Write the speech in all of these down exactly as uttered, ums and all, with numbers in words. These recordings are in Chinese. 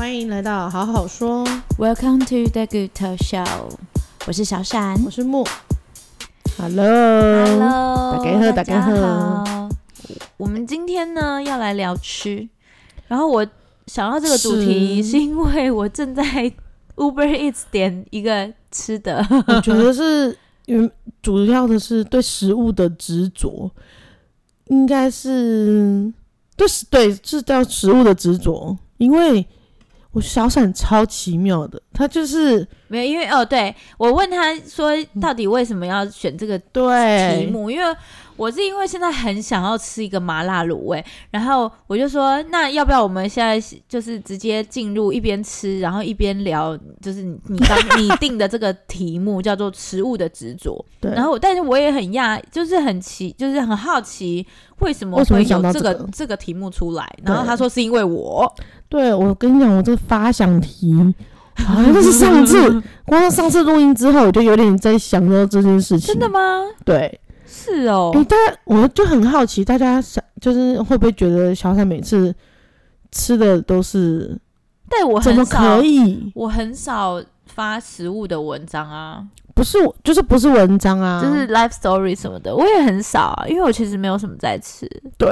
欢迎来到好好说 Welcome to the Good Talk Show， 我是小闪， 我是木。Hello Hello， 大家好，大家好。 我们今天呢要来聊吃，然后我想到这个主题是因为我正在 Uber Eats 点一个吃的， 我觉得是因为主要的是对食物的执着，应该是对对是叫食物的执着，因为我小闪超奇妙的，他就是没有因为哦，对我问他说到底为什么要选这个题目，因为我是因为现在很想要吃一个麻辣卤味，然后我就说那要不要我们现在就是直接进入一边吃然后一边聊，就是你刚你定的这个题目叫做食物的执着，然后但是我也很讶，就是很奇，就是很好奇为什么会有这个这个, 这个题目出来，然后他说是因为我对我跟你讲，我这发想题好像是上次光上次录音之后我就有点在想到这件事情。 真的吗？ 对， 是哦。 欸、大家我就很好奇，大家就是会不会觉得小闪每次吃的都是， 但我很怎么可以？ 我很少发食物的文章啊， 不是，就是不是文章啊， 就是 life story 什么的，我也很少啊，因为我其实没有什么在吃。 对，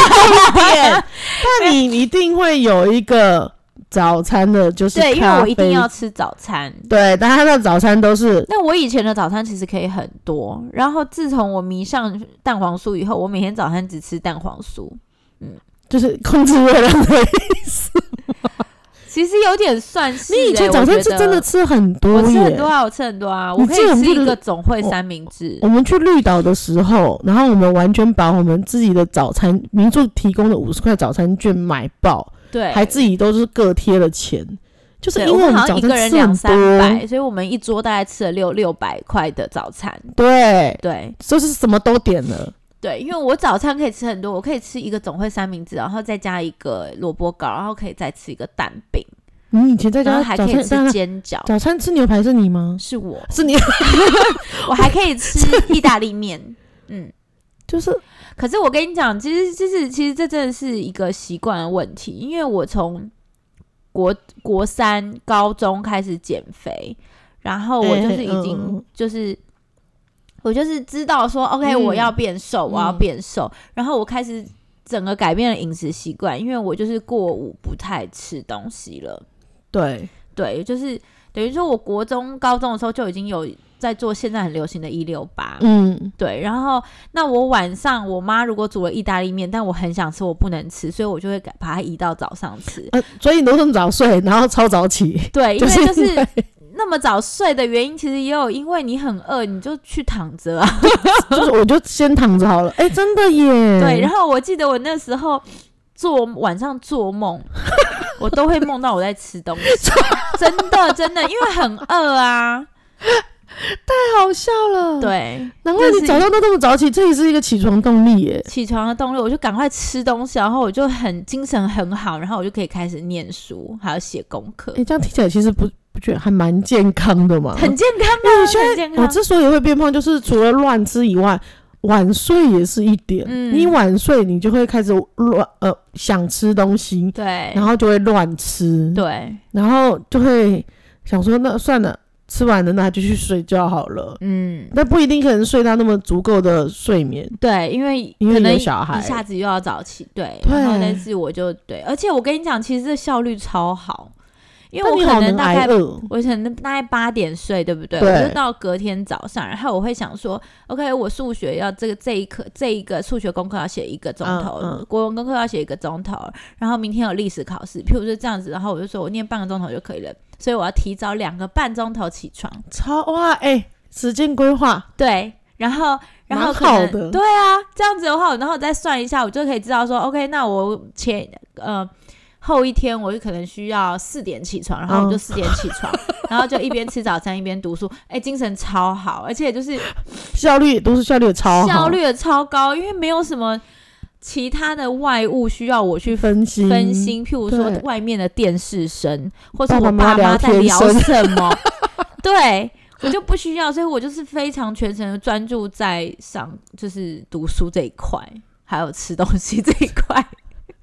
但你一定会有一个早餐的，就是咖啡， 对，因为我一定要吃早餐。 对，但他的早餐都是。 那我以前的早餐其实可以很多，然后自从我迷上蛋黄酥以后，我每天早餐只吃蛋黄酥，嗯， 就是控制热量的意思。 其实有点算是、欸， 你以前早餐是真的吃很多耶， 我吃很多啊，我吃很多啊，我可以吃一个总会三明治。 我, 我们去绿岛的时候，然后我们完全把我们自己的早餐民宿提供的五十块早餐券买爆， 对， 还自己都是各贴了钱，就是因为我们早餐吃很多， 一个人两三百，所以我们一桌大概吃了六六百块的早餐。 对对， 就是什么都点了。 对，因为我早餐可以吃很多，我可以吃一个总会三明治，然后再加一个萝卜糕，然后可以再吃一个蛋饼。 你以前在家还可以吃煎饺， 早餐吃牛排是你吗？ 是我， 是你。 我还可以吃意大利面，嗯， 就是。 可是我跟你讲，其实就是其实这真的是一个习惯的问题，因为我从国国三、高中开始减肥，然后我就是已经就是。欸嗯我就是知道说 OK、嗯、我要变瘦我要变瘦、嗯、然后我开始整个改变了饮食习惯，因为我就是过午不太吃东西了。 对对，就是等于说我国中高中的时候就已经有在做现在很流行的一六八，嗯，对，然后那我晚上我妈如果煮了意大利面，但我很想吃我不能吃，所以我就会把它移到早上吃、 呃、所以你都这么早睡然后超早起。 对，因为就是那么早睡的原因其实也有因为你很饿你就去躺着啊就是我就先躺着好了。哎、欸，真的耶。 对，然后我记得我那时候做晚上做梦我都会梦到我在吃东西真的真的因为很饿啊， 太好笑了。 对， 难怪你早上都这么早起，这也是一个起床动力耶。 起床的动力，我就赶快吃东西，然后我就很精神很好，然后我就可以开始念书还有写功课。 哎、欸，这样听起来其实不不觉得还蛮健康的吗？ 很健康吗？很健康。 我之所以会变胖，就是除了乱吃以外，晚睡也是一点。嗯，你晚睡，你就会开始乱呃想吃东西， 对， 然后就会乱吃， 对， 然后就会想说那算了。吃完了那就去睡觉好了，嗯，但不一定可能睡到那么足够的睡眠， 对，因为因为有小孩， 一下子又要早起，对，对，然后但是我就对，而且我跟你讲，其实这效率超好，因为我可能大概我可能大概八点睡，对不对？对，我就到隔天早上，然后我会想说 ，OK， 我数学要这个这一课这一个数学功课要写一个钟头，嗯嗯、国文功课要写一个钟头，然后明天有历史考试，譬如说这样子，然后我就说我念半个钟头就可以了。所以我要提早两个半钟头起床， 超哇哎、欸，时间规划对，然后然后可能对啊，这样子的话，然后我再算一下，我就可以知道说 ，OK， 那我前呃后一天我就可能需要四点起床，然后我就四点起床，嗯、然后就一边吃早餐一边读书，哎、欸，精神超好，而且就是效率都是效率超好， 效率也超高，因为没有什么。其他的外物需要我去分心， 分心，譬如说外面的电视声，或是我爸妈在聊什么，对我就不需要，所以我就是非常全程的专注在上，就是读书这一块，还有吃东西这一块。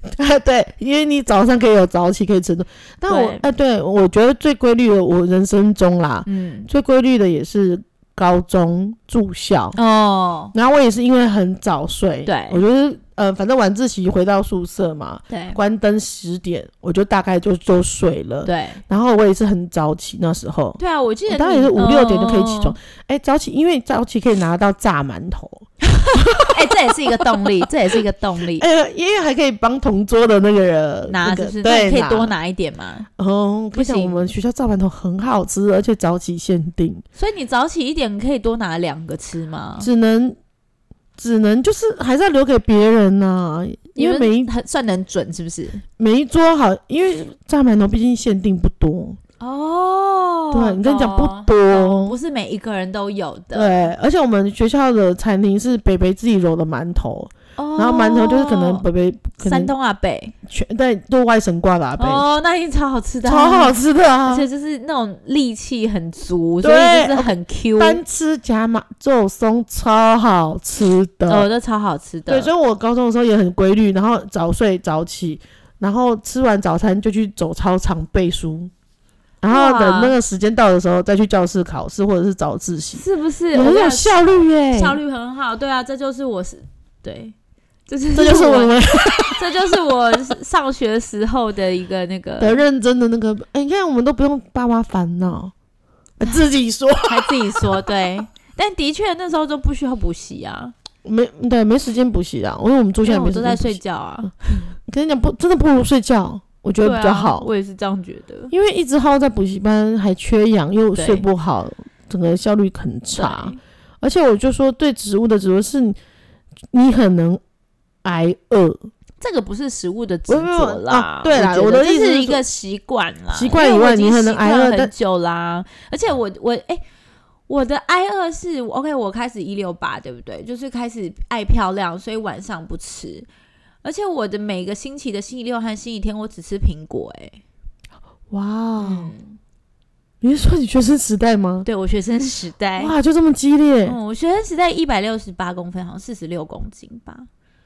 对，因为你早上可以有早起可以吃的。但我哎、欸，对，我觉得最规律的，我人生中啦，嗯，最规律的也是高中住校哦。然后我也是因为很早睡，对，我觉得呃，反正晚自习回到宿舍嘛，对，关灯十点，我就大概就就睡了，对。然后我也是很早起那时候， 对啊，我记得我当然也是五六点就可以起床。哎、哦欸，早起，因为早起可以拿到炸馒头。 哎、欸，这也是一个动力，这也是一个动力。 哎、欸，因为还可以帮同桌的那个人拿，是不是？ 那個、对， 可以多拿一点嘛。 哦，不行，我们学校炸馒头很好吃，而且早起限定。 所以你早起一点可以多拿两个吃吗？ 只能，只能就是还是要留给别人呐、啊，因为每一算能准是不是？ 每一桌好，因为炸馒头毕竟限定不多。哦，对，你跟你讲不多， 不是每一个人都有的。 对，而且我们学校的餐厅是北北自己揉的馒头，哦、然后馒头就是可能北北山东阿北， 全对，都外省挂的阿北。 哦，那一定超好吃的、啊， 超好吃的啊！ 而且就是那种力气很足，所以就是很 Q， 单吃加马肉松超好吃的， 哦，这超好吃的。 对，所以我高中的时候也很规律，然后早睡早起，然后吃完早餐就去走操场背书。然后等那个时间到的时候，再去教室考试或者是早自习， 是不是很有效率耶？ 效率很好，对啊，这就是我是对，这就是这就是我们， 这就是我上学时候的一个那个的认真的那个。哎、欸，你看我们都不用爸妈烦恼，自己说， 还自己说，对。但的确那时候都不需要补习啊， 没对，没时间补习啊，因为我们住下来没时间补习， 我都在睡觉啊。 跟你讲，不真的不如睡觉。我觉得比较好、 啊，我也是这样觉得。 因为一直耗在补习班，还缺氧，又睡不好，整个效率很差。而且我就说，对植物的执着是，你很能挨饿。 这个不是食物的执着啦、 啊，对啦，我的意思是一个习惯啦。 习惯以外，你很能挨饿很久啦。而且我我哎、欸，我的挨饿是 OK， 我开始一六八，对不对？就是开始爱漂亮，所以晚上不吃。而且我的每个星期的星期六和星期天，我只吃苹果、欸。哎， 哇、嗯！你是说你学生时代吗？ 对，我学生时代。 哇，就这么激烈！ 嗯，我学生时代一百六十八公分，好像四十六公斤吧，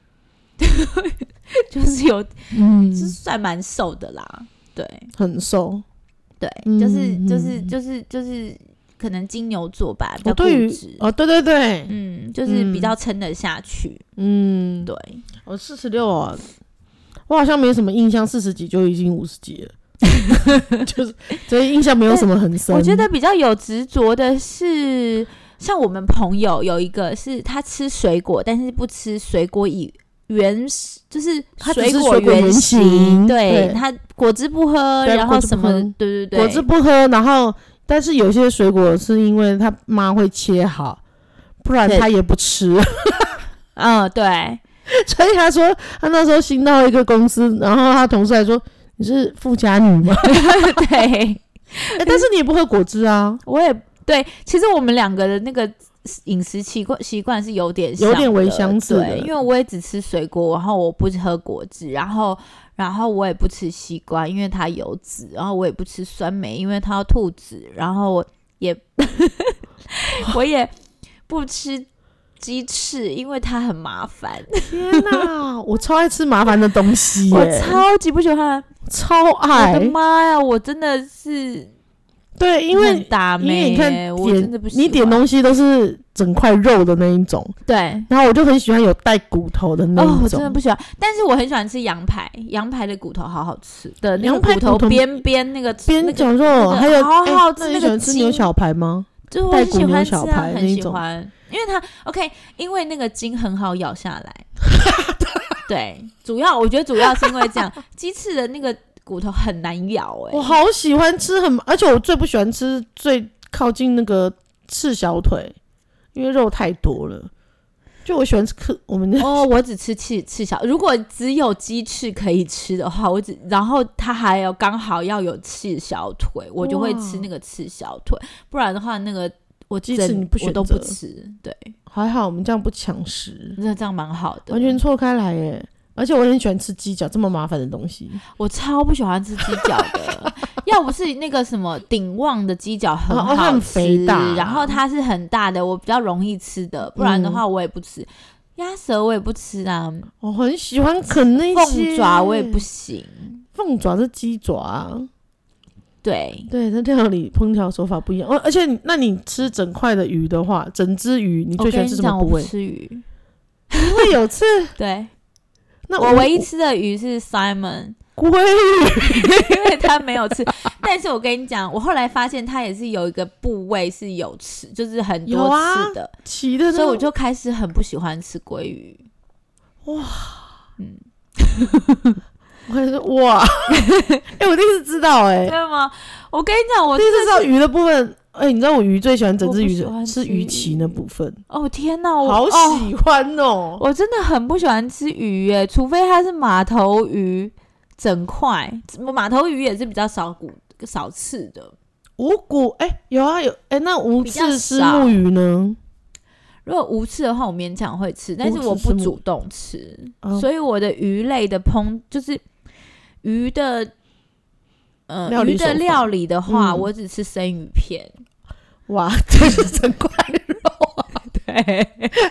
就是有，嗯，是算蛮瘦的啦。对， 很瘦。 对，就是就是就是就是。可能金牛座吧，比较固执哦，对对对， 嗯，就是比较撑得下去， 嗯， 对。 我四十六啊，我好像没什么印象，四十几就已经五十几了，就是所以印象没有什么很深。 我觉得比较有执着的是，像我们朋友有一个是他吃水果，但是不吃水果以原就是水果原型，对，他果汁不喝，然后什么，对对对， 果汁不喝，然后。但是有些水果是因为他妈会切好，不然他也不吃。 嗯，对。 所以他说他那时候新到一个公司，然后他同事还说你是富家女吗？ 对、欸。 但是你也不喝果汁啊。 我也对，其实我们两个的那个饮食习惯习惯是有点像的， 有点微相似的。 对，因为我也只吃水果，然后我不喝果汁，然后。然后我也不吃西瓜，因为它有籽。然后我也不吃酸梅，因为它要吐籽。然后我也我也不吃鸡翅，因为它很麻烦。 天哪，我超爱吃麻烦的东西耶！ 我超级不喜欢， 超爱！ 我的妈呀，我真的是对，因为打因为你看点我真的不喜欢你点东西都是整块肉的那一种， 对， 然后我就很喜欢有带骨头的那一种。 哦，我真的不喜欢，但是我很喜欢吃羊排，羊排的骨头好好吃的，那个骨头边边那个边角肉，那个、还有好好吃。 欸、 那个吃牛小排吗？ 就是我喜欢吃、啊，很喜欢，因为它 OK， 因为那个筋很好咬下来。对，主要我觉得主要是因为这样，鸡翅的那个骨头很难咬、欸，哎， 我好喜欢吃很，而且我最不喜欢吃最靠近那个翅小腿，因为肉太多了。就我喜欢吃我们的哦，我只吃翅翅小，如果只有鸡翅可以吃的话，我只然后它还有刚好要有翅小腿，我就会吃那个翅小腿，不然的话那个我鸡翅你不选择我都不吃。对， 还好我们这样不抢食， 那这样蛮好的， 完全错开来耶。而且我很喜欢吃鸡脚，这么麻烦的东西， 我超不喜欢吃鸡脚的。要不是那个什么鼎旺的鸡脚很好吃， 哦、很肥大， 然后它是很大的，我比较容易吃的，不然的话我也不吃。嗯、 鸭舌我也不吃啊， 我很喜欢啃那些凤爪我也不行， 凤爪是鸡爪啊。 对对，这料理烹调手法不一样。哦，而且你那你吃整块的鱼的话，整只鱼你最喜欢吃什么部位？ 我跟你讲，我不吃鱼， 因为有刺。 对， 那我, 我唯一吃的鱼是 Simon 鲑鱼， 因为他没有吃。但是我跟你讲，我后来发现他也是有一个部位是有刺，就是很多刺的， 鳍的， 所以我就开始很不喜欢吃鲑鱼。 哇，嗯。我还说哇，哎、欸，我第一次知道、欸，哎， 真的吗？我跟你讲，我第一次知道鱼的部分，哎、欸，你知道我鱼最喜欢整只鱼的吃鱼鳍那部分。 哦天哪，我好喜欢哦！ 我真的很不喜欢吃鱼耶，除非它是马头鱼整块，马头鱼也是比较少骨少刺的。 无骨，哎、欸，有啊有，哎、欸，那无刺虱目鱼呢？ 如果无刺的话，我勉强会吃，但是我不主动吃， 哦、 所以我的鱼类的烹就是鱼的呃鱼的料理的话、嗯，我只吃生鱼片。 哇，这是整块肉啊！ 对，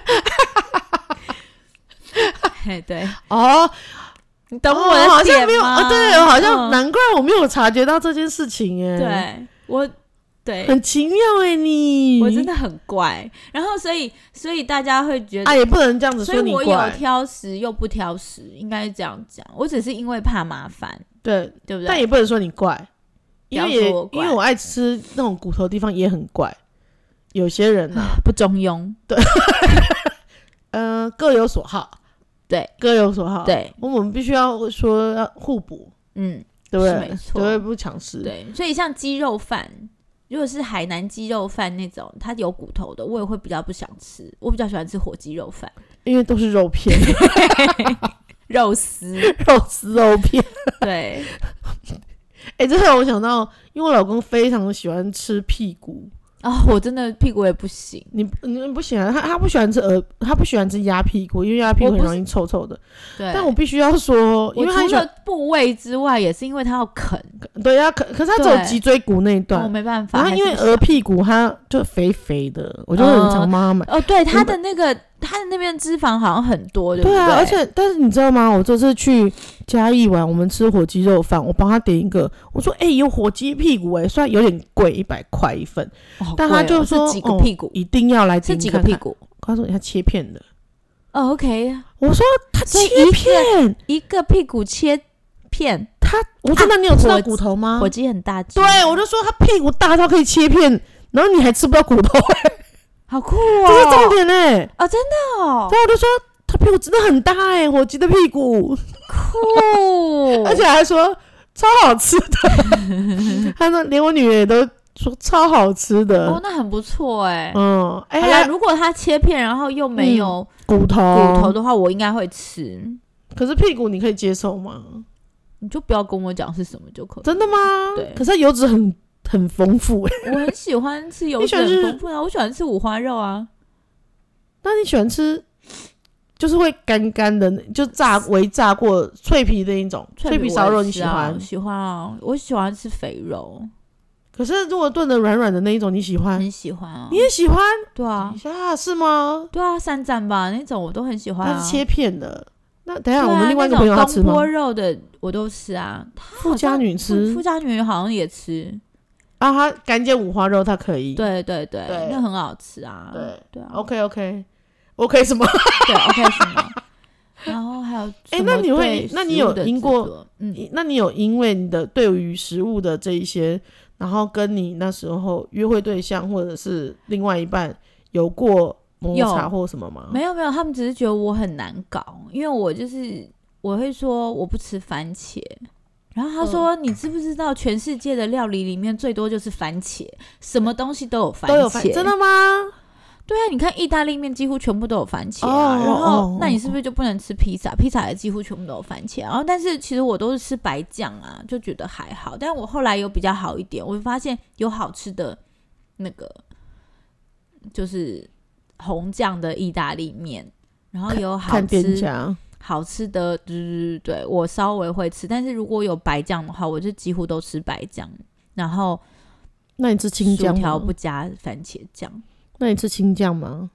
对哦， 你懂我的点吗？ 哦、好像没有、哦、对，好像、嗯、难怪我没有察觉到这件事情耶。 对，我。对， 很奇妙哎、欸，你我真的很怪，然后所以所以大家会觉得啊，也不能这样子说你怪， 所以我有挑食又不挑食，应该是这样讲。我只是因为怕麻烦， 对对不对？ 但也不能说你怪，因为也我怪因为我爱吃那种骨头的地方也很怪。有些人啊不中庸， 对，呃，各有所好， 对， 各有所好， 对， 我们必须要说要互补， 嗯， 对不对？ 没错， 对，不强势， 对。所以像鸡肉饭。如果是海南鸡肉饭那种，它有骨头的，我也会比较不想吃。我比较喜欢吃火鸡肉饭， 因为都是肉片， 肉丝、 肉丝、肉片。 对， 哎、欸，这让我想到，因为我老公非常喜欢吃屁股啊、哦，我真的屁股也不行。 你你不喜欢他，他不喜欢吃鹅，他不喜欢吃鸭屁股，因为鸭屁股很容易臭臭的。 对， 但我必须要说，因为他除了部位之外，也是因为他要啃。 对呀，可可是他只有脊椎骨那一段， 我、哦、没办法。 然后因为鹅屁股它就肥肥的，我就很常帮他买。 哦，对，他的那个他的那边脂肪好像很多，对不对？ 对啊，而且但是你知道吗？我这次去嘉义玩，我们吃火鸡肉饭，我帮他点一个，我说哎、欸，有火鸡屁股哎、欸，虽然有点贵，一百块一份、哦，但他就说是几个屁股、 哦、一定要来点看看。 是几个屁股？ 他说他切片的。 哦 ，OK。 我说他切片， 一个屁股切片。 他，我说那你有吃到骨头吗？ 火鸡很大只。 对，我就说他屁股大到可以切片，然后你还吃不到骨头、欸， 好酷哦！ 这是重点哎、欸！ 哦，真的哦。 然后我就说他屁股真的很大哎、欸，火鸡的屁股酷， 而且还说超好吃的。他说连我女儿也都说超好吃的。 哦，那很不错哎、欸。 嗯，哎、 欸，好啦，如果他切片然后又没有、 嗯、骨头骨头的话，我应该会吃。 可是屁股你可以接受吗？ 你就不要跟我讲是什么就可以。 真的吗？ 对。 可是它油脂很很丰富哎、 欸。我很喜欢吃油脂很丰富啊，我喜欢吃五花肉啊。 那你喜欢吃就是会干干的，就炸微炸过脆皮的那种脆皮烧肉，你喜欢？ 我喜欢啊，我喜欢吃肥肉。 可是如果炖的软软的那一种，你喜欢？ 很喜欢啊。 你也喜欢？ 对啊。 啊，是吗？ 对啊，三斩吧那种我都很喜欢、啊。 它是切片的。那等一下、啊、我们另外一个朋友他吃吗？ 东坡肉的我都吃啊。 富家女吃， 富家女好像也吃啊。他干煎五花肉他可以。 对对 对, 对， 那很好吃啊。 对对啊。 OK OK OK 什么？ 对 OK 什么？然后还有哎、 欸，那你会，那你有因过， 嗯， 那你有因为你的对于食物的这一些，然后跟你那时候约会对象或者是另外一半有过摩擦或什么吗？ 没有没有，他们只是觉得我很难搞，因为我就是我会说我不吃番茄，然后他说、嗯、你知不知道全世界的料理里面最多就是番茄，什么东西都有番茄， 都有番茄，真的吗？ 对啊，你看意大利面几乎全部都有番茄啊， oh, 然后、oh, 那你是不是就不能吃披萨？披萨也几乎全部都有番茄，然后但是其实我都是吃白酱啊，就觉得还好。但我后来有比较好一点，我发现有好吃的那个就是红酱的意大利面，然后有好吃好吃的，对对对，我稍微会吃，但是如果有白酱的话，我就几乎都吃白酱，然后那你吃青酱吗？ 薯条不加番茄酱。 那你吃青酱吗？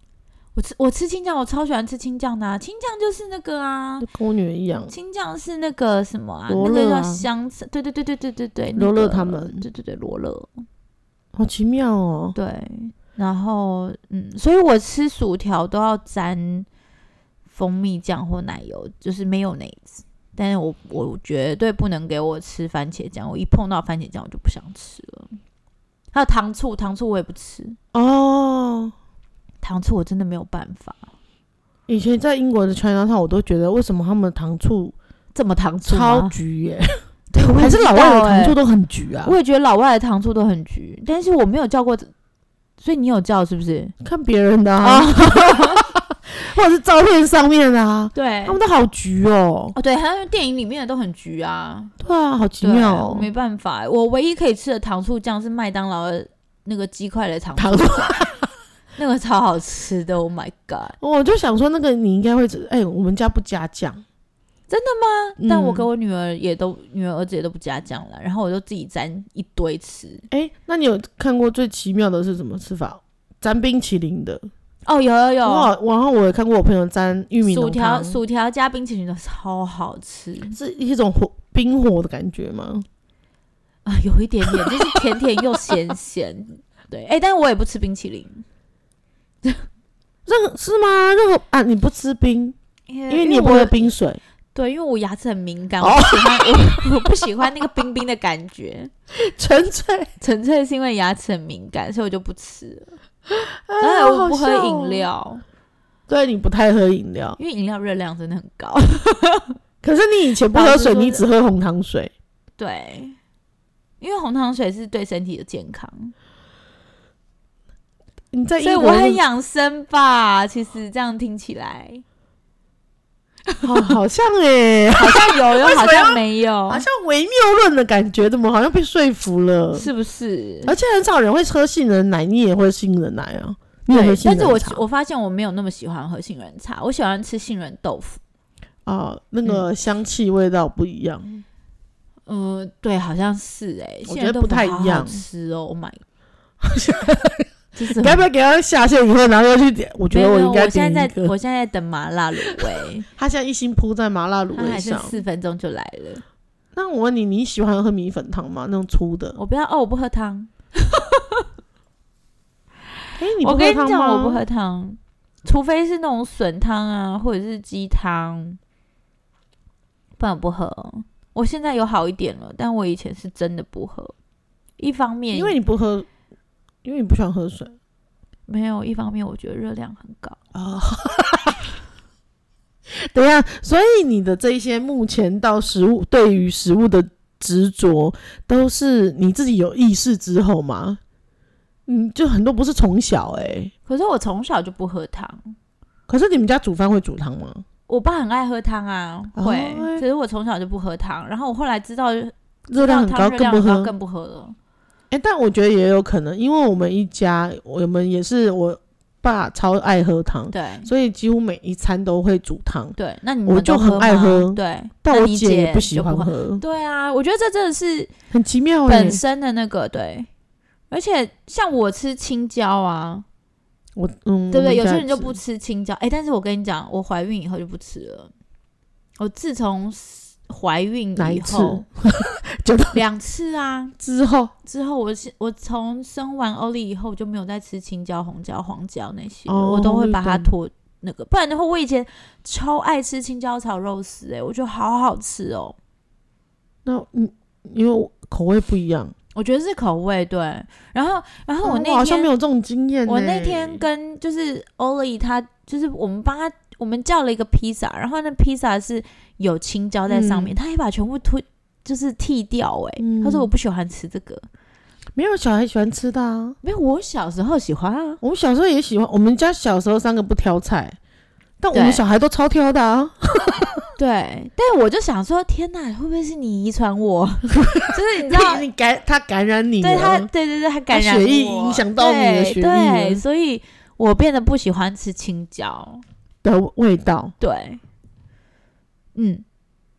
我吃我吃青酱，我超喜欢吃青酱的啊！青酱就是那个啊， 跟我女儿一样。 青酱是那个什么啊？ 罗勒啊那个叫香菜，对对对对对对对， 罗勒那个他们， 对对对，罗勒， 好奇妙哦。 对，然后嗯，所以我吃薯条都要沾蜂蜜酱或奶油，就是没有内子。但是我我绝对不能给我吃番茄酱，我一碰到番茄酱我就不想吃了。还有糖醋，糖醋我也不吃哦， 糖醋我真的没有办法。 以前在英国的 Chinatown 我都觉得为什么他们的糖醋这么糖醋超橘耶？ 对， 还是老外的糖醋都很橘啊？ 我也觉得老外的糖醋都很橘，但是我没有叫过，所以你有叫是不是？ 看别人的啊。或者是照片上面啊， 对， 他们都好橘哦。 哦，对，他们电影里面的都很橘啊。 对啊，好奇妙哦。 没办法，我唯一可以吃的糖醋酱是麦当劳的那个鸡块的糖醋酱，那个超好吃的。Oh my god！ 我就想说，那个你应该会吃。哎、欸，我们家不加酱。 真的吗？ 嗯、 但我跟我女儿也都，女儿儿子也都不加酱了，然后我就自己沾一堆吃。 哎、欸，那你有看过最奇妙的是什么吃法？沾冰淇淋的。 哦，有有有， 然后我也看过我朋友沾玉米浓汤， 薯条薯条加冰淇淋的超好吃， 是一种火冰火的感觉吗？ 啊，有一点点，就是甜甜又咸咸。对，哎、欸，但是我也不吃冰淇淋。 任何是吗？任何啊，你不吃冰，因为你也不喝冰水。 对，因为我牙齿很敏感，我不喜欢、哦、我, 我不喜欢那个冰冰的感觉。 纯粹纯粹是因为牙齿很敏感，所以我就不吃了。然后我不喝饮料、哦， 对，你不太喝饮料， 因为饮料热量真的很高。 可是你以前不喝水，你只喝红糖水。 对，因为红糖水是对身体的健康。 你在英国，所以我很养生吧？其实这样听起来， 好, 好像哎、欸， 好像有，又好像没有， 好像唯谬论的感觉，怎么好像被说服了？ 是不是？ 而且很少人会喝杏仁奶，你也会杏仁奶啊？你也喝杏仁茶？ 但是我我发现我没有那么喜欢喝杏仁茶，我喜欢吃杏仁豆腐。 啊，那个香气味道不一样。 嗯、呃，对，好像是哎、欸， 我觉得不太一样。 好吃哦 ，Oh my！ 你该不要给他下线以后，然后又去点？我觉得我应该点一个。 我现在在，我现在在等麻辣卤味。 他现在一心扑在麻辣卤味上， 他还剩四分钟就来了。 那我问你，你喜欢喝米粉汤吗？那种粗的？ 我不要哦，我不喝汤。 哎、欸，你不喝汤吗？我跟你讲，我不喝汤，除非是那种笋汤啊，或者是鸡汤，不然我不喝。我现在有好一点了，但我以前是真的不喝。一方面， 因为你不喝。因为你不喜欢喝水， 没有。一方面，我觉得热量很高啊。哦、等一下，所以你的这一些目前到食物对于食物的执着，都是你自己有意识之后吗？嗯，就很多不是从小哎、欸。 可是我从小就不喝汤。 可是你们家煮饭会煮汤吗？ 我爸很爱喝汤啊，会。 哦、 只是我从小就不喝汤，然后我后来知道热量很高，更不喝， 更不喝了。 哎、欸，但我觉得也有可能，因为我们一家，我们也是我爸超爱喝汤， 对， 所以几乎每一餐都会煮汤。 对，那你们我就很爱喝， 对， 但我姐也不喜欢喝。 对啊，我觉得这真的是很奇妙、欸， 本身的那个对，而且像我吃青椒啊， 我嗯， 对不对？有些人就不吃青椒，哎、欸，但是我跟你讲，我怀孕以后就不吃了。我自从怀孕以后，两次啊， 之后之后我我从生完欧丽以后就没有再吃青椒、红椒、黄椒那些、 哦， 我都会把它脱那个，不然的话，我以前超爱吃青椒炒肉丝，哎，我觉得好好吃哦。 那嗯，因为口味不一样， 我觉得是口味对。然后，然后我那天、 哦、我好像没有这种经验、欸。 我那天跟就是欧丽，他就是我们帮他。我们叫了一个披萨，然后那披萨是有青椒在上面，嗯、他也把全部推就是剃掉、欸，哎、嗯，他说我不喜欢吃这个， 没有小孩喜欢吃的啊， 没有，我小时候喜欢啊， 我们小时候也喜欢，我们家小时候三个不挑菜，但我们小孩都超挑的啊， 对，但我就想说，天哪，会不会是你遗传我？就是你知道， 你感他感染你了， 对他，对对对，他感染我， 血液影响到你的血液， 对，所以我变得不喜欢吃青椒。 的味道， 对，嗯，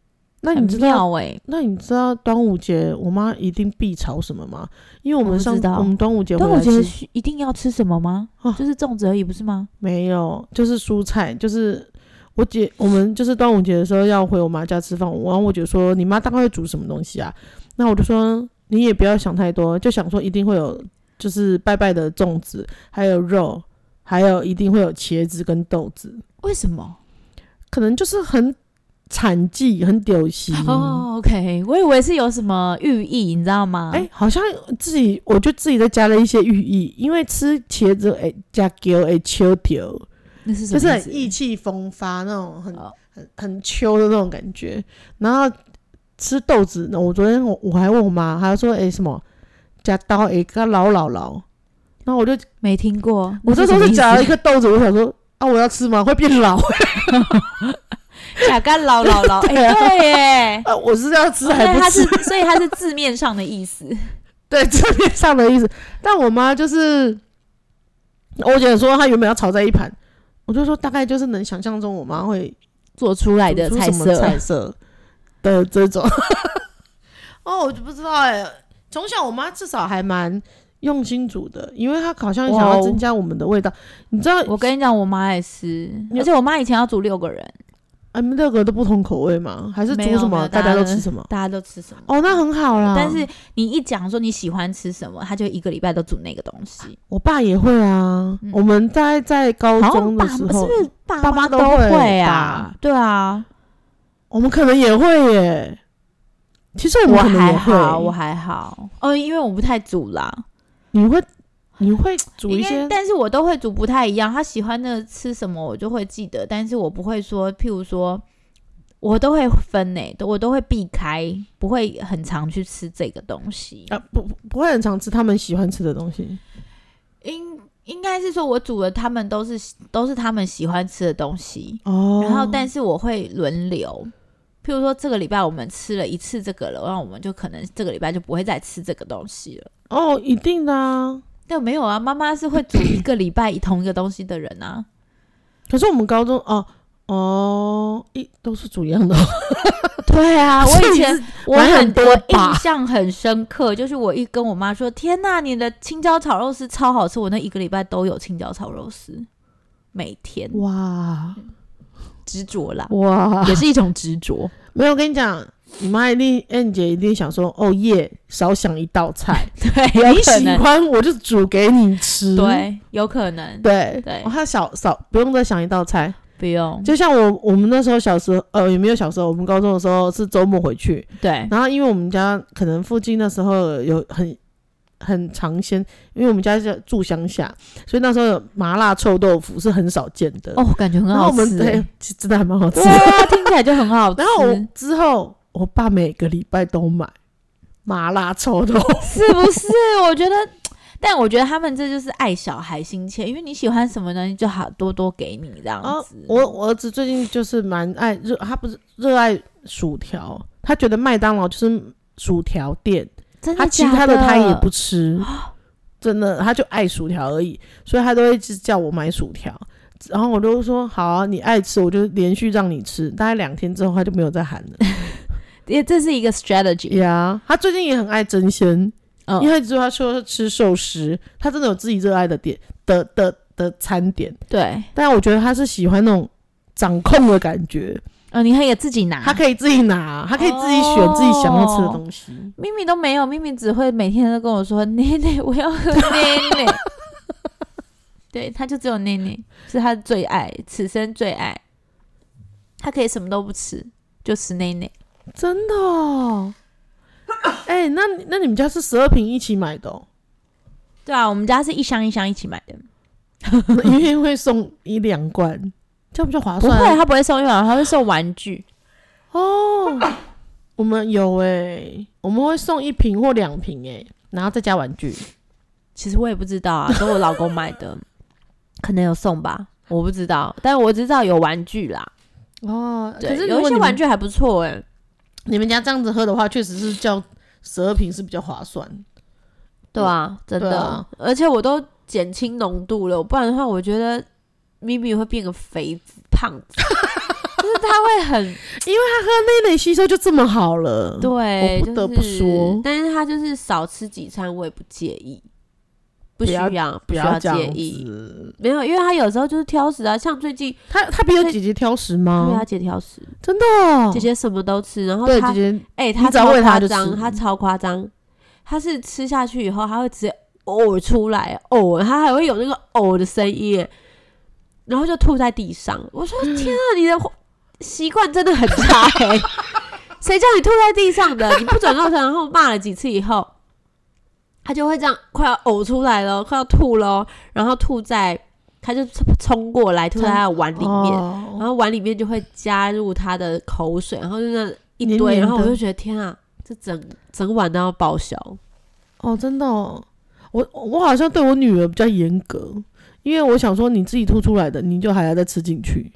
那你知道欸、 那你知道端午节我妈一定必炒什么吗？因为我们上我, 我们端午节端午节一定要吃什么吗？哦、就是粽子而已不是吗？ 没有，就是蔬菜。就是我姐我们就是端午节的时候要回我妈家吃饭，然后我姐说你妈大概会煮什么东西啊？那我就说你也不要想太多，就想说一定会有就是拜拜的粽子，还有肉，还有一定会有茄子跟豆子。 为什么？ 可能就是很产季很丢西哦、oh, ，OK， 我以为是有什么寓意，你知道吗？ 哎、欸，好像自己我就自己再加了一些寓意，因为吃茄子哎加丢哎秋丢， 那是什么意思？ 就是很意气风发那种很、oh. 很很秋的那种感觉。然后吃豆子，我昨天我我还问我妈，还说哎、欸、什么加刀哎加老老老，然后我就没听过。 我这时候是夹了一颗豆子，我想说啊我要吃吗？会变老。 假干老老老，哎、欸，对耶、 呃，我是要吃还不吃， 它是所以它是字面上的意思， 对，字面上的意思。但我妈就是，我姐说她原本要炒在一盘，我就说大概就是能想象中我妈会做出来的菜色， 菜色的这种。哦，我就不知道哎、欸，从小我妈至少还蛮用心煮的，因为她好像想要增加我们的味道。你知道， 我跟你讲，我妈也是，而且我妈以前要煮六个人。 啊，你们六个都不同口味吗？还是煮什么？大家都吃什么？ 大家都吃什么？ 哦，那很好啦。 但是你一讲说你喜欢吃什么，他就一个礼拜都煮那个东西。 我爸也会啊。嗯、我们在在高中的时候， 是不是爸爸妈都会啊？对啊， 我们可能也会耶。其实我们可能也会， 我还好，我还好。哦，因为我不太煮啦。 你会？你会煮一些， 但是我都会煮不太一样。他喜欢的吃什么，我就会记得，但是我不会说，譬如说，我都会分诶、欸，我都会避开，不会很常去吃这个东西啊，不不会很常吃他们喜欢吃的东西。 应应该是说我煮的，他们都是都是他们喜欢吃的东西哦。 然后，但是我会轮流，譬如说这个礼拜我们吃了一次这个了，然后我们就可能这个礼拜就不会再吃这个东西了。 哦，一定的啊。 但没有啊，妈妈是会煮一个礼拜同一个东西的人啊。 可是我们高中哦哦，一都是煮一样的。 对啊，我以前我很很多我印象很深刻，就是我一跟我妈说：“天哪，你的青椒炒肉丝超好吃！”我那一个礼拜都有青椒炒肉丝，每天。 哇， 执着啦， 哇， 也是一种执着。 没有，我跟你讲。你妈一定 N 姐一定想说哦耶，少想一道菜。 对， 你喜欢我就煮给你吃。 对，有可能。 对对， 哦、他少少不用再想一道菜， 不用。 就像我我们那时候小时候，呃，也没有小时候，我们高中的时候是周末回去。 对。 然后因为我们家可能附近那时候有很很尝鲜，因为我们家是住乡下，所以那时候有麻辣臭豆腐是很少见的。 哦，感觉很好吃。 然后我们对，其实真的还蛮好吃的。 对啊，听起来就很好吃。 然后我之后。我爸每个礼拜都买麻辣臭豆腐， 是不是？我觉得，但我觉得他们这就是爱小孩心切，因为你喜欢什么东西就好多多给你这样子。 哦、我我儿子最近就是蛮爱热，他不是热爱薯条，他觉得麦当劳就是薯条店， 真的假的？ 他其他的他也不吃，真的他就爱薯条而已，所以他都会一直叫我买薯条。然后我就说好啊，你爱吃我就连续让你吃，大概两天之后他就没有再喊了。 也这是一个 strategy 呀、yeah, 他最近也很爱争鲜、嗯、因为他说他说吃寿司，他真的有自己热爱的点的的 的, 的餐点。 对， 但我觉得他是喜欢那种掌控的感觉。 呃，你可以自己拿， 他可以自己拿，他可以自己选自己想要吃的东西。 咪咪都没有，咪咪只会每天都跟我说奶奶我要喝奶奶。对，他就只有奶奶是他的最爱，此生最爱。他可以什么都不吃，就吃奶奶。 真的哦？哎、欸，那那你们家是十二瓶一起买的哦？ 对啊，我们家是一箱一箱一起买的， 因为会送一两罐，这样比较划算。 不会，他不会送一两罐，他会送玩具。 哦，我们有哎、欸，我们会送一瓶或两瓶哎，然后再加玩具。 其实我也不知道啊，都我老公买的，可能有送吧，我不知道，但我知道有玩具啦。 哦， 可是有一些玩具还不错哎、欸。 你们家这样子喝的话，确实是叫十二瓶是比较划算。 对啊，真的，啊、而且我都减轻浓度了，不然的话，我觉得咪咪会变个肥胖子。就是他会很，因为他喝内内吸收就这么好了， 对， 我不得不说，就是、 但是他就是少吃几餐，我也不介意。不需要， 不要介意。没有，因为他有时候就是挑食啊，像最近他他比我姐姐挑食吗？ 对，他姐挑食， 真的、哦。 姐姐什么都吃，然后他， 对姐姐， 哎、欸，他超夸张，他超夸张，他是吃下去以后，他会直接呕出来，呕，他还会有那个呕的声音，然后就吐在地上。我说天啊，你的习惯真的很差哎、欸，谁叫你吐在地上的？你不准告诉，然后骂了几次以后。他就会这样快要呕出来了，快要吐了，然后吐在，他就冲过来吐在他的碗里面，哦、然后碗里面就会加入他的口水，然后就那一堆，黏黏然后我就觉得天啊，这整整碗都要报销。哦，真的哦，我我好像对我女儿比较严格，因为我想说你自己吐出来的，你就还要再吃进去，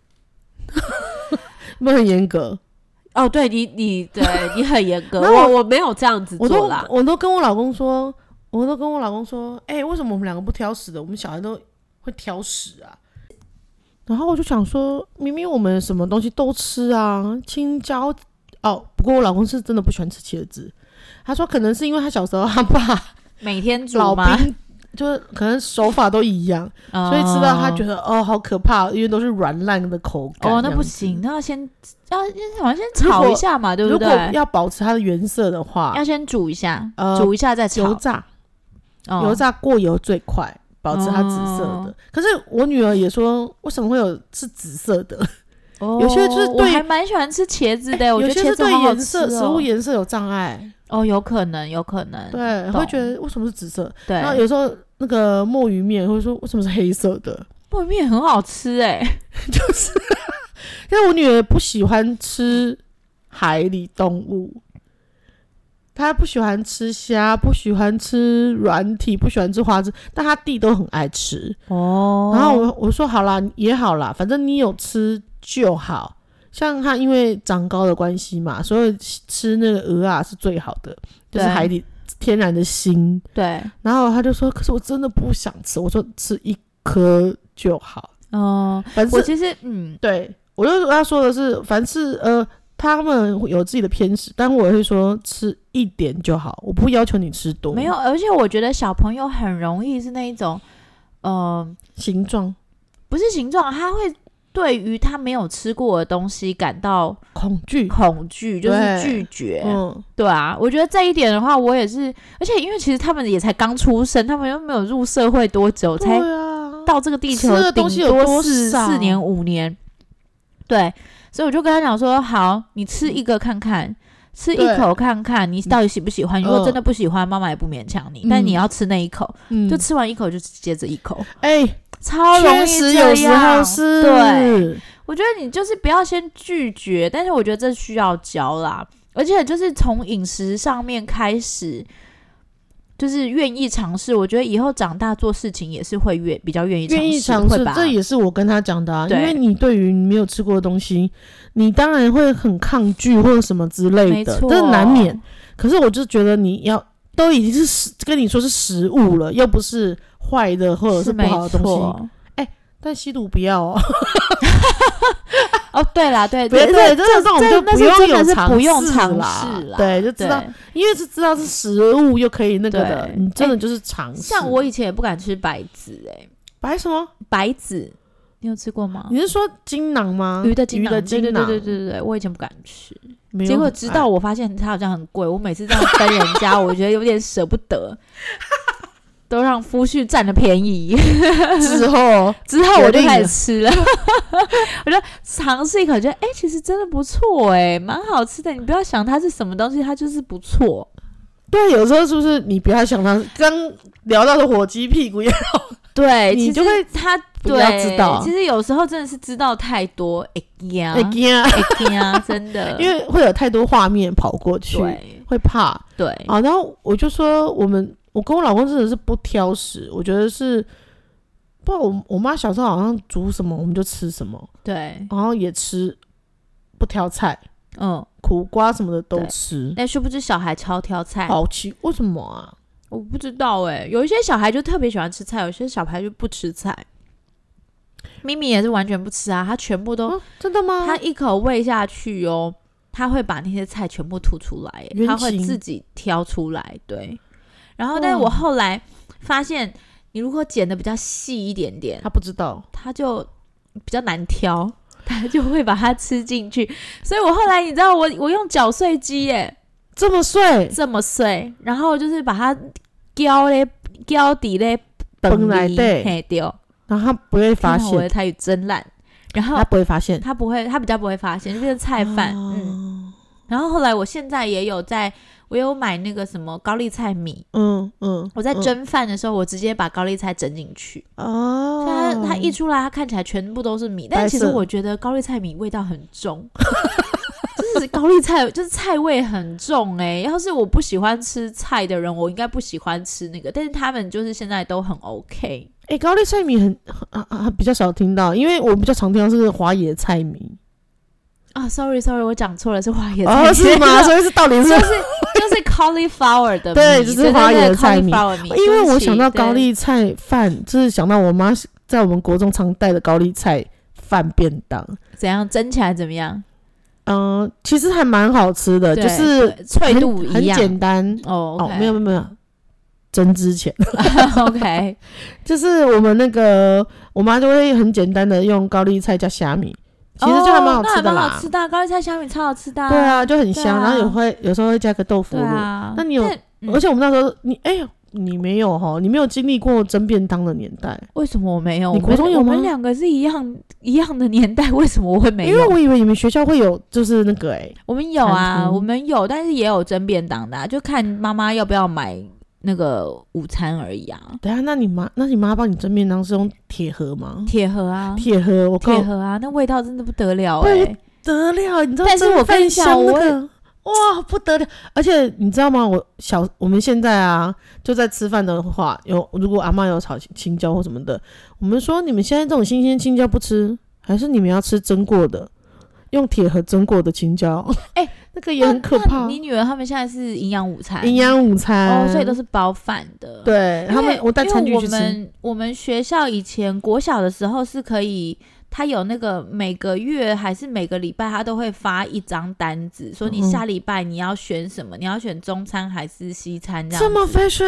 有没有很严格？哦，对你，你对你很严格，我我没有这样子做啦。我都我都跟我老公说，我都跟我老公说，哎、欸，为什么我们两个不挑食的？我们小孩都会挑食啊。然后我就想说，明明我们什么东西都吃啊，青椒哦。不过我老公是真的不喜欢吃茄子，他说可能是因为他小时候他爸每天煮吗？老兵就是可能手法都一样，哦、所以吃到他觉得哦好可怕，因为都是软烂的口感。哦，那不行，那要先要好像先炒一下嘛，对不对？如果要保持它的原色的话，要先煮一下，呃、煮一下再炒。油炸，哦、油炸过油最快，保持它紫色的。哦、可是我女儿也说，为什么会有是紫色的？哦、有些就是对我还蛮喜欢吃茄子的，欸、我觉得茄子好好吃哦。有些是对颜色食物颜色有障碍。哦，有可能，有可能，对，会觉得为什么是紫色？对，然后有时候那个墨鱼面会说为什么是黑色的？墨鱼面很好吃哎、欸，就是，因为我女儿不喜欢吃海里动物，她不喜欢吃虾，不喜欢吃软体，不喜欢吃花枝，但她弟都很爱吃哦。然后我我说好啦，也好啦，反正你有吃就好。像他因为长高的关系嘛，所以吃那个鹅啊是最好的，就是海底天然的锌。对。然后他就说：“可是我真的不想吃。”我说：“吃一颗就好。”哦，反正我其实嗯，对我就要说的是，凡是呃他们有自己的偏食，但我也会说吃一点就好，我不要求你吃多。没有，而且我觉得小朋友很容易是那一种，呃，形状不是形状，他会。对于他没有吃过的东西感到恐惧，恐惧就是拒绝，嗯，对啊，我觉得这一点的话，我也是，而且因为其实他们也才刚出生，他们又没有入社会多久，才到这个地球，顶多四四年五年，对，所以我就跟他讲说，好，你吃一个看看，吃一口看看，你到底喜不喜欢？如果真的不喜欢，妈妈也不勉强你，嗯、但你要吃那一口，嗯、就吃完一口就接着一口，哎、欸。超容易这样，有时候是对，我觉得你就是不要先拒绝，但是我觉得这需要教啦，而且就是从饮食上面开始，就是愿意尝试。我觉得以后长大做事情也是会越比较愿意尝试，愿意尝试，这也是我跟他讲的啊。因为你对于你没有吃过的东西，你当然会很抗拒或者什么之类的，这是难免。可是我就觉得你要都已经是跟你说是食物了，又不是。坏的或者是不好的东西，哎、欸，但吸毒不要哦。哦，对啦，对对对，这这种就不用有尝试啦，对，就知道，因为是知道是食物又可以那个的，你真的就是尝试。像我以前也不敢吃白子、欸，哎，白什么？白子，你有吃过吗？你是说精囊吗？鱼的精囊，对对对对对对，我以前不敢吃，结果直到我发现它好像很贵，我每次这样分人家，我觉得有点舍不得。都让夫婿占了便宜之后之后我就开始吃了我就尝试一口觉得哎、欸，其实真的不错哎，蛮好吃的。你不要想它是什么东西，它就是不错。对，有时候是不是你不要想它刚聊到的火鸡屁股也好，对，你就会他不要知道。其实有时候真的是知道太多会怕会怕真的因为会有太多画面跑过去，对，会怕。对啊，然后我就说我们我跟我老公真的是不挑食，我觉得是不知道我我妈小时候好像煮什么我们就吃什么，对，然后也吃不挑菜，嗯，苦瓜什么的都吃。但殊不知小孩超挑菜，好奇为什么啊？我不知道哎、欸，有一些小孩就特别喜欢吃菜，有些小孩就不吃菜。 咪咪也是完全不吃啊，他全部都、 哦、真的吗？ 他一口喂下去哦，他会把那些菜全部吐出来，他会自己挑出来。对，然后但是我后来发现，你如果剪的比较细一点点， 他不知道， 他就比较难挑，他就会把它吃进去。所以我后来你知道我我用搅碎机耶， 这么碎， 这么碎，然后就是把它搅咧搅底咧崩来对， 嘿丢。 然后他不会发现， 我的台语真烂，然后他不会发现， 他不会，他比较不会发现，就变成菜饭、哦。嗯，然后后来我现在也有在，我有买那个什么高丽菜米，嗯嗯，我在蒸饭的时候，我直接把高丽菜蒸进去，哦，所以它它一出来，它看起来全部都是米，但其实我觉得高丽菜米味道很重。就是高丽菜就是菜味很重哎、欸，要是我不喜欢吃菜的人，我应该不喜欢吃那个，但是他们就是现在都很 OK。 哎、欸，高丽菜米很啊啊比较少听到，因为我比较常听到是花椰菜米。 啊、哦、，sorry sorry， 我讲错了，是花椰菜米。 哦，是吗？所以是到底是就是就是 cauliflower 的米， 对，就是花椰菜米。 对对对， 因为我想到高丽菜饭，就是想到我妈在我们国中常带的高丽菜饭便当。 怎样蒸起来怎么样？ 嗯、呃，其实还蛮好吃的，就是脆度一样， 很简单哦。Okay. 哦，没有没有。蒸之前 OK 就是我们那个我妈就会很简单的用高丽菜加虾米，其实就还蛮好吃的啦、哦、那还蛮好吃的，高丽菜虾米超好吃的、啊、 对啊，就很香、啊、然后也会有时候会加个豆腐乳、 啊、 那你有、嗯、而且我们那时候你哎呦你没有齁，你没有经历过蒸便当的年代。 为什么我没有？ 你国中有吗？ 我们两个是一样一样的年代，为什么我会没有？ 因为我以为你们学校会有，就是那个哎、欸， 我们有啊，我们有，但是也有蒸便当的、啊，就看妈妈要不要买那个午餐而已啊。 对啊，那你妈，那你妈帮你蒸便当是用铁盒吗？ 铁盒啊， 铁盒，我铁盒啊，那味道真的不得了哎、欸， 不得了，你知道？ 但是我跟你讲，我那个。哇，不得了！而且你知道吗？我小我们现在啊，就在吃饭的话，有如果阿嬷有炒青椒或什么的，我们说你们现在这种新鲜青椒不吃，还是你们要吃蒸过的，用铁盒蒸过的青椒？哎、欸，那个也很可怕。 你女儿他们现在是营养午餐， 营养午餐哦，所以都是包饭的。 对他们，我带餐具去吃。 我们我们学校以前国小的时候是可以。他有那个每个月还是每个礼拜，他都会发一张单子，说你下礼拜你要选什么，嗯、你要选中餐还是西餐这样子。 这么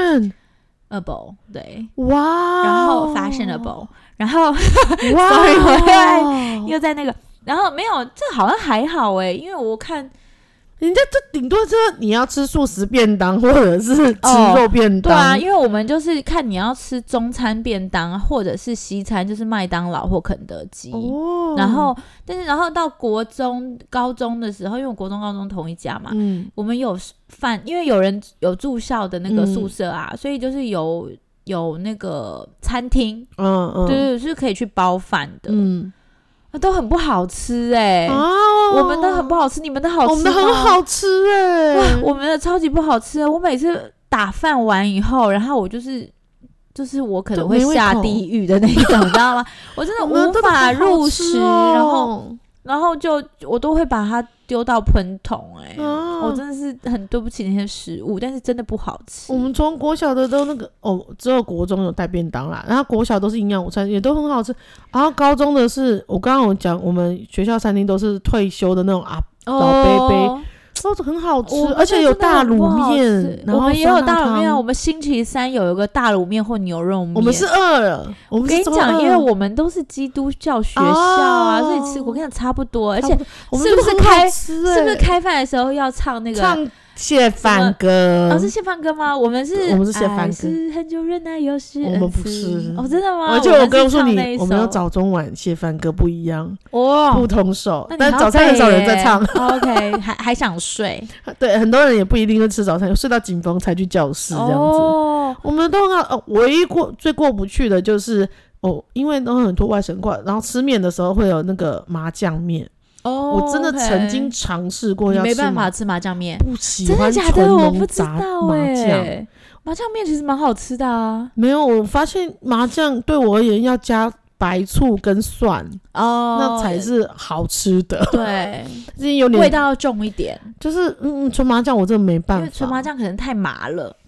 fashionable， 对， 哇， 然后 fashionable， 然后哇，sorry， 我又在又在那个，然后没有，这好像还好哎，因为我看。 人家这顶多就是你要吃素食便当，或者是吃肉便当、哦。对啊，因为我们就是看你要吃中餐便当，或者是西餐，就是麦当劳或肯德基。哦。然后，但是然后到国中、高中的时候，因为我国中、高中同一家嘛，嗯，我们有饭，因为有人有住校的那个宿舍啊，嗯、所以就是有有那个餐厅，嗯嗯，对对，是可以去包饭的，嗯。都很不好吃哎、欸哦，我们的很不好吃，你们的好吃吗？ 我们的很好吃哎、欸， 我们的超级不好吃。我每次打饭完以后，然后我就是就是我可能会下地狱的那一种，你知道吗？我真的无法入食，哦、然后然后就我都会把它丢到喷桶哎、欸啊，我真的是很对不起那些食物，但是真的不好吃。 我们从国小的都那个哦，只有国中有带便当啦，然后国小都是营养午餐，也都很好吃。然后高中的是我刚刚有讲，我们学校餐厅都是退休的那种啊老伯伯。都很好吃，而且有大卤面， 我们也有大卤面。我们星期三有一个大卤面或牛肉面。 我们是二，我们跟你讲，因为我们都是基督教学校啊，哦、所以吃我跟你讲差不多。而且是不是开是不是开饭的时候要唱那个唱谢饭歌？ 哦，是谢饭歌吗？我们是我们是谢饭歌， 是很久忍耐有时我们不是哦，真的吗？ 而且我告诉你，我们要早中晚谢饭歌不一样哇，不同手。但早餐很少人在唱。 OK， 还还想睡？ 对，很多人也不一定会吃早餐，睡到紧绷才去教室这样子。哦、我们都很好。哦，唯一过最过不去的就是哦，因为都很多外省过来，然后吃面的时候会有那个麻酱面。哦、oh, ，我真的曾经尝试过要吃， 你没办法吃麻酱面， 不喜欢纯浓杂麻酱。 麻酱面其实蛮好吃的啊。 没有，我发现麻酱对我而言要加白醋跟蒜哦， oh, 那才是好吃的。 对， 有点味道要重一点。 就是嗯，纯麻酱我真的没办法， 因为纯麻酱可能太麻了。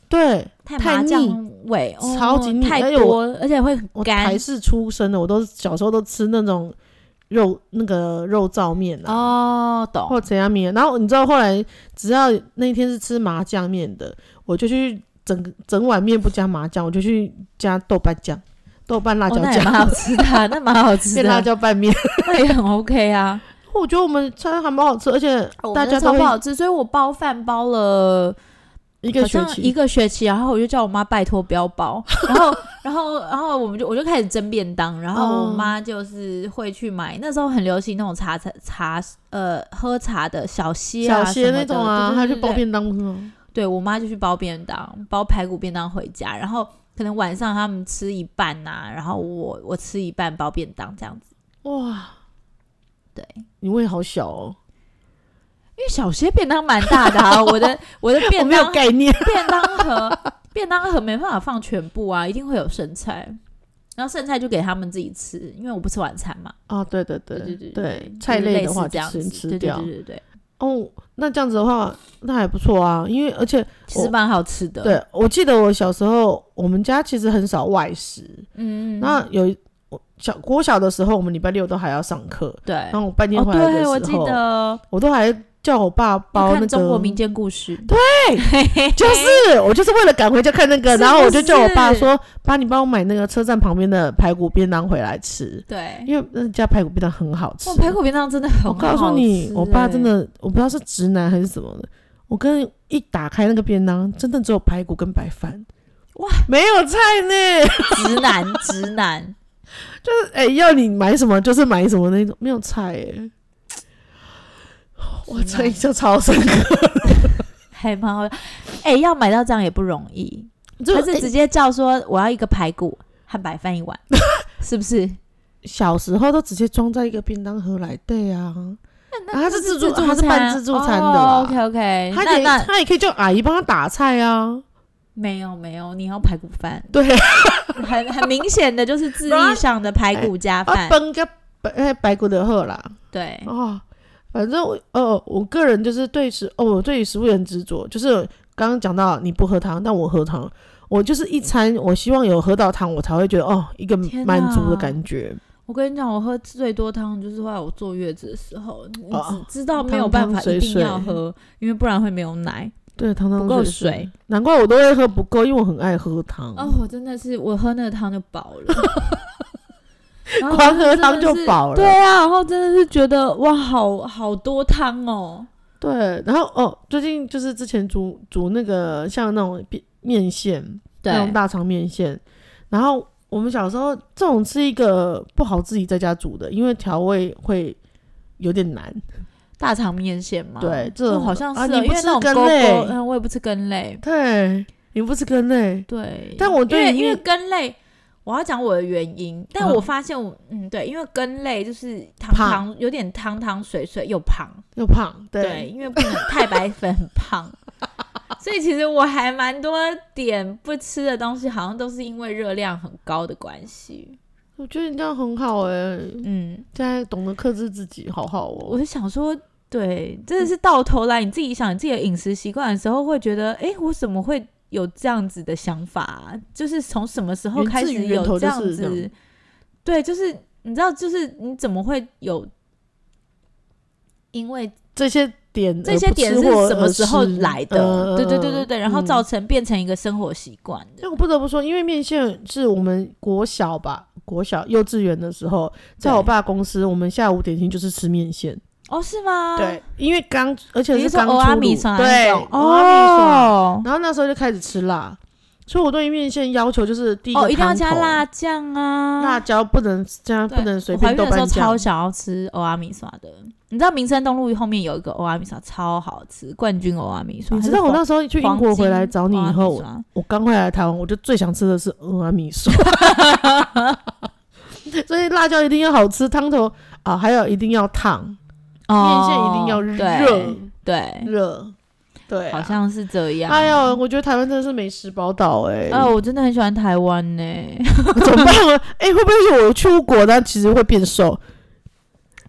对， 太麻酱味， 超级腻， 太多，而且会很干。 我台式出身的，我都小时候都吃那种肉那个肉燥面啊， 哦，懂， 或怎样面。然后你知道后来只要那天是吃麻酱面的，我就去整整碗面不加麻酱，我就去加豆瓣酱。豆瓣辣椒酱、哦、 那也蛮好吃的、啊、那蛮好吃的辣椒拌面那也很 OK 啊。 我觉得我们餐还蛮好吃，而且大家都超不好吃，所以我包饭包了一个学期一个学期，然后我就叫我妈拜托不要包，然后然后然后我们就我就开始蒸便当，然后我妈就是会去买，那时候很流行那种茶茶茶呃喝茶的小歇啊小歇那种啊，她去包便当是吗？ 对，我妈就去包便当，包排骨便当回家，然后可能晚上他们吃一半呐、啊，然后我我吃一半包便当这样子。哇，对， 你胃好小哦。 因为小些便当蛮大的啊，我的我的便当我没有概念， 便当盒便当盒没办法放全部啊，一定会有剩菜，然后剩菜就给他们自己吃，因为我不吃晚餐嘛。 哦，对对对对对 对, 对，菜类的话就吃吃掉。 对对对对对。 哦，那这样子的话，那还不错啊，因为而且其实蛮好吃的。 对，我记得我小时候，我们家其实很少外食，嗯，那有小国小的时候，我们礼拜六都还要上课， 对， 然后我半天回来的时候， 哦、对我记得我都还叫我爸包那个中国民间故事， 对，就是我就是为了赶回家看那个，然后我就叫我爸说：“爸，你帮我买那个车站旁边的排骨便当回来吃。”对，因为那家排骨便当很好吃。 哦，排骨便当真的很好吃。我告诉你，我爸真的，我不知道是直男还是什么的，我跟一打开那个便当，真的只有排骨跟白饭，哇，没有菜呢。 直男，直男， 就是哎、欸，要你买什么就是买什么那种，没有菜哎。我这印象超深刻， 还蛮好。哎、欸，要买到这样也不容易，他是直接叫说我要一个排骨和白饭一碗，是不是？ 小时候都直接装在一个便当盒来对啊，他是自助，他是办自助餐的啦。 哦、OK OK， 他也他也可以叫阿姨帮他打菜啊。 没有没有，你要排骨饭， 对， 很很明显的就是字义上的排骨加饭， 分个白白骨的喝啦。 对哦。反正我呃，我个人就是对食哦，我对食物很执着。就是刚刚讲到你不喝汤，但我喝汤，我就是一餐，我希望有喝到汤，我才会觉得哦，一个满足的感觉。 我跟你讲，我喝最多汤就是后来我坐月子的时候，你只知道没有办法一定要喝，汤汤水水因为不然会没有奶。 对，汤汤不够水， 难怪我都会喝不够，因为我很爱喝汤。 哦，我真的是我喝那个汤就饱了。 光喝汤就饱了， 对啊，然后真的是觉得哇，好好多汤哦。 对，然后哦，最近就是之前煮煮那个像那种面线，那种大肠面线，然后我们小时候这种是一个不好自己在家煮的，因为调味会有点难。 大肠面线嘛， 对，这种、 哦、好像是、 啊、 你不吃根类，嗯，我也不吃根类。 对，你不吃根类， 对， 但我对因为因为根类。我要讲我的原因，但我发现我，嗯，对，因为根类就是汤汤有点汤汤水水又胖又胖，对， 对，因为不能太白粉很胖，所以其实我还蛮多点不吃的东西，好像都是因为热量很高的关系。 我觉得你这样很好哎、欸，嗯，现在懂得克制自己，好好哦。 我就想说，对，真的是到头来你自己想你自己的饮食习惯的时候，会觉得，哎，我怎么会？有这样子的想法、啊，就是从什么时候开始有这样子？ 这样对，就是你知道，就是你怎么会有？因为这些点， 这些点是什么时候来的？ 呃、 对对对对对，然后造成变成一个生活习惯的。 但我不得不说，因为面线是我们国小吧，国小幼稚园的时候，在我爸公司，我们下午点心就是吃面线。 哦，是吗？ 对，因为刚而且是刚出炉， 对， 哦，然后那时候就开始吃辣，所以我对于面线要求就是第一个哦，一定要加辣酱啊， 辣椒不能加，不能随便豆瓣酱。 我怀孕的时候超想要吃欧阿米刷的，你知道民生东路后面有一个欧阿米刷超好吃，冠军欧阿米刷。 你知道我那时候去英国回来找你以后，我刚回来台湾，我就最想吃的是欧阿米刷，所以辣椒一定要好吃，汤头啊还有一定要烫。面线一定要热， 对， 热，对， 好像是这样。 哎呦，我觉得台湾真的是美食宝岛哎！ 啊，我真的很喜欢台湾呢、欸。 怎么办啊？哎、欸，会不会是我出国，但其实会变瘦？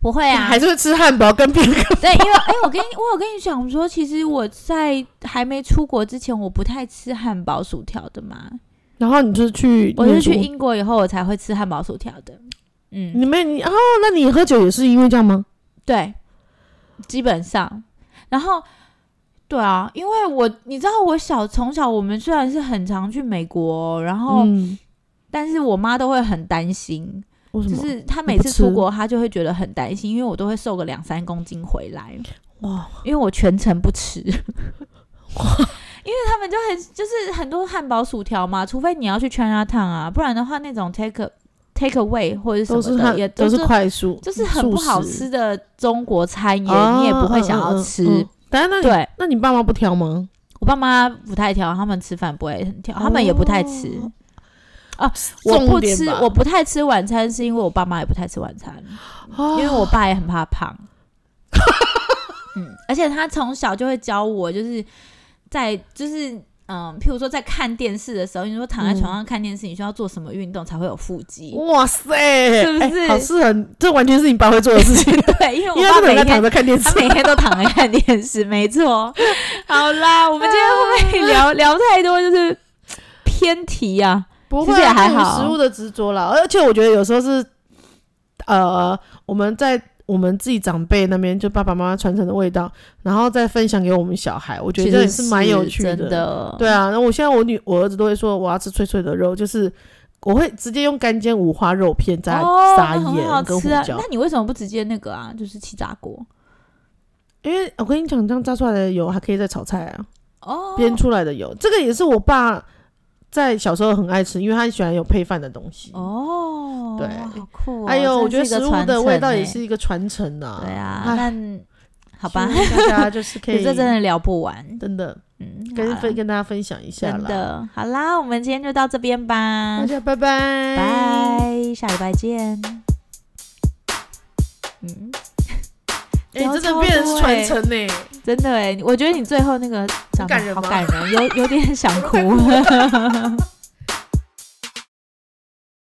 不会啊， 还是会吃汉堡跟便当。 对，因为哎、欸，我跟你我有跟你讲说，其实我在还没出国之前，我不太吃汉堡薯条的嘛。 然后你就是去， 我是去英国以后，我才会吃汉堡薯条的。嗯， 你没你哦？那你喝酒也是因为这样吗？ 对，基本上。然后，对啊，因为我你知道，我小从小我们虽然是很常去美国，然后，嗯、但是我妈都会很担心。就是他每次出国，他就会觉得很担心，因为我都会瘦个两三公斤回来。哇！因为我全程不吃，因为他们就很就是很多汉堡薯条嘛，除非你要去 Chinatown 啊，不然的话那种 take take away 或者什么的都是也都是快速， 就是很不好吃的中国餐也、啊、你也不会想要吃。嗯嗯嗯、 但是那对，那你爸妈不挑吗？ 我爸妈不太挑，他们吃饭不会很挑，他们也不太吃。啊，我不吃，我不太吃晚餐，是因为我爸妈也不太吃晚餐，哦、因为我爸也很怕胖。嗯，而且他从小就会教我，就是在就是嗯，譬如说在看电视的时候，你说躺在床上看电视，嗯、你需要做什么运动才会有腹肌？ 哇塞， 是不是？ 欸、好适合，这完全是你爸会做的事情。 对，因为我爸每天躺着看电视， 他每天都躺着看电视，没错。好啦，我们今天会不会聊聊太多，就是偏题啊？ 不会，还好，食物的执着啦。而且我觉得有时候是，呃，我们在我们自己长辈那边，就爸爸妈妈传承的味道，然后再分享给我们小孩，我觉得这也是蛮有趣的。 真的， 对啊。然后我现在我女我儿子都会说我要吃脆脆的肉，就是我会直接用干煎五花肉片再撒盐跟胡椒。 那你为什么不直接那个啊？就是气炸锅？ 因为我跟你讲，这样炸出来的油还可以再炒菜啊。哦，煸出来的油，这个也是我爸在小时候很爱吃，因为他喜欢有配饭的东西。哦，对， 好酷哦！ 还有我觉得食物的味道也是一个传承啊。 对啊，但好吧， 大家就是可以， 这真的聊不完， 真的，嗯，跟分跟大家分享一下啦。 真的，好啦，我们今天就到这边吧， 大家拜拜， 拜，下礼拜见。嗯。 哎、欸，真的变成是传承呢， 真的哎，我觉得你最后那个讲得好感人，有有点想哭。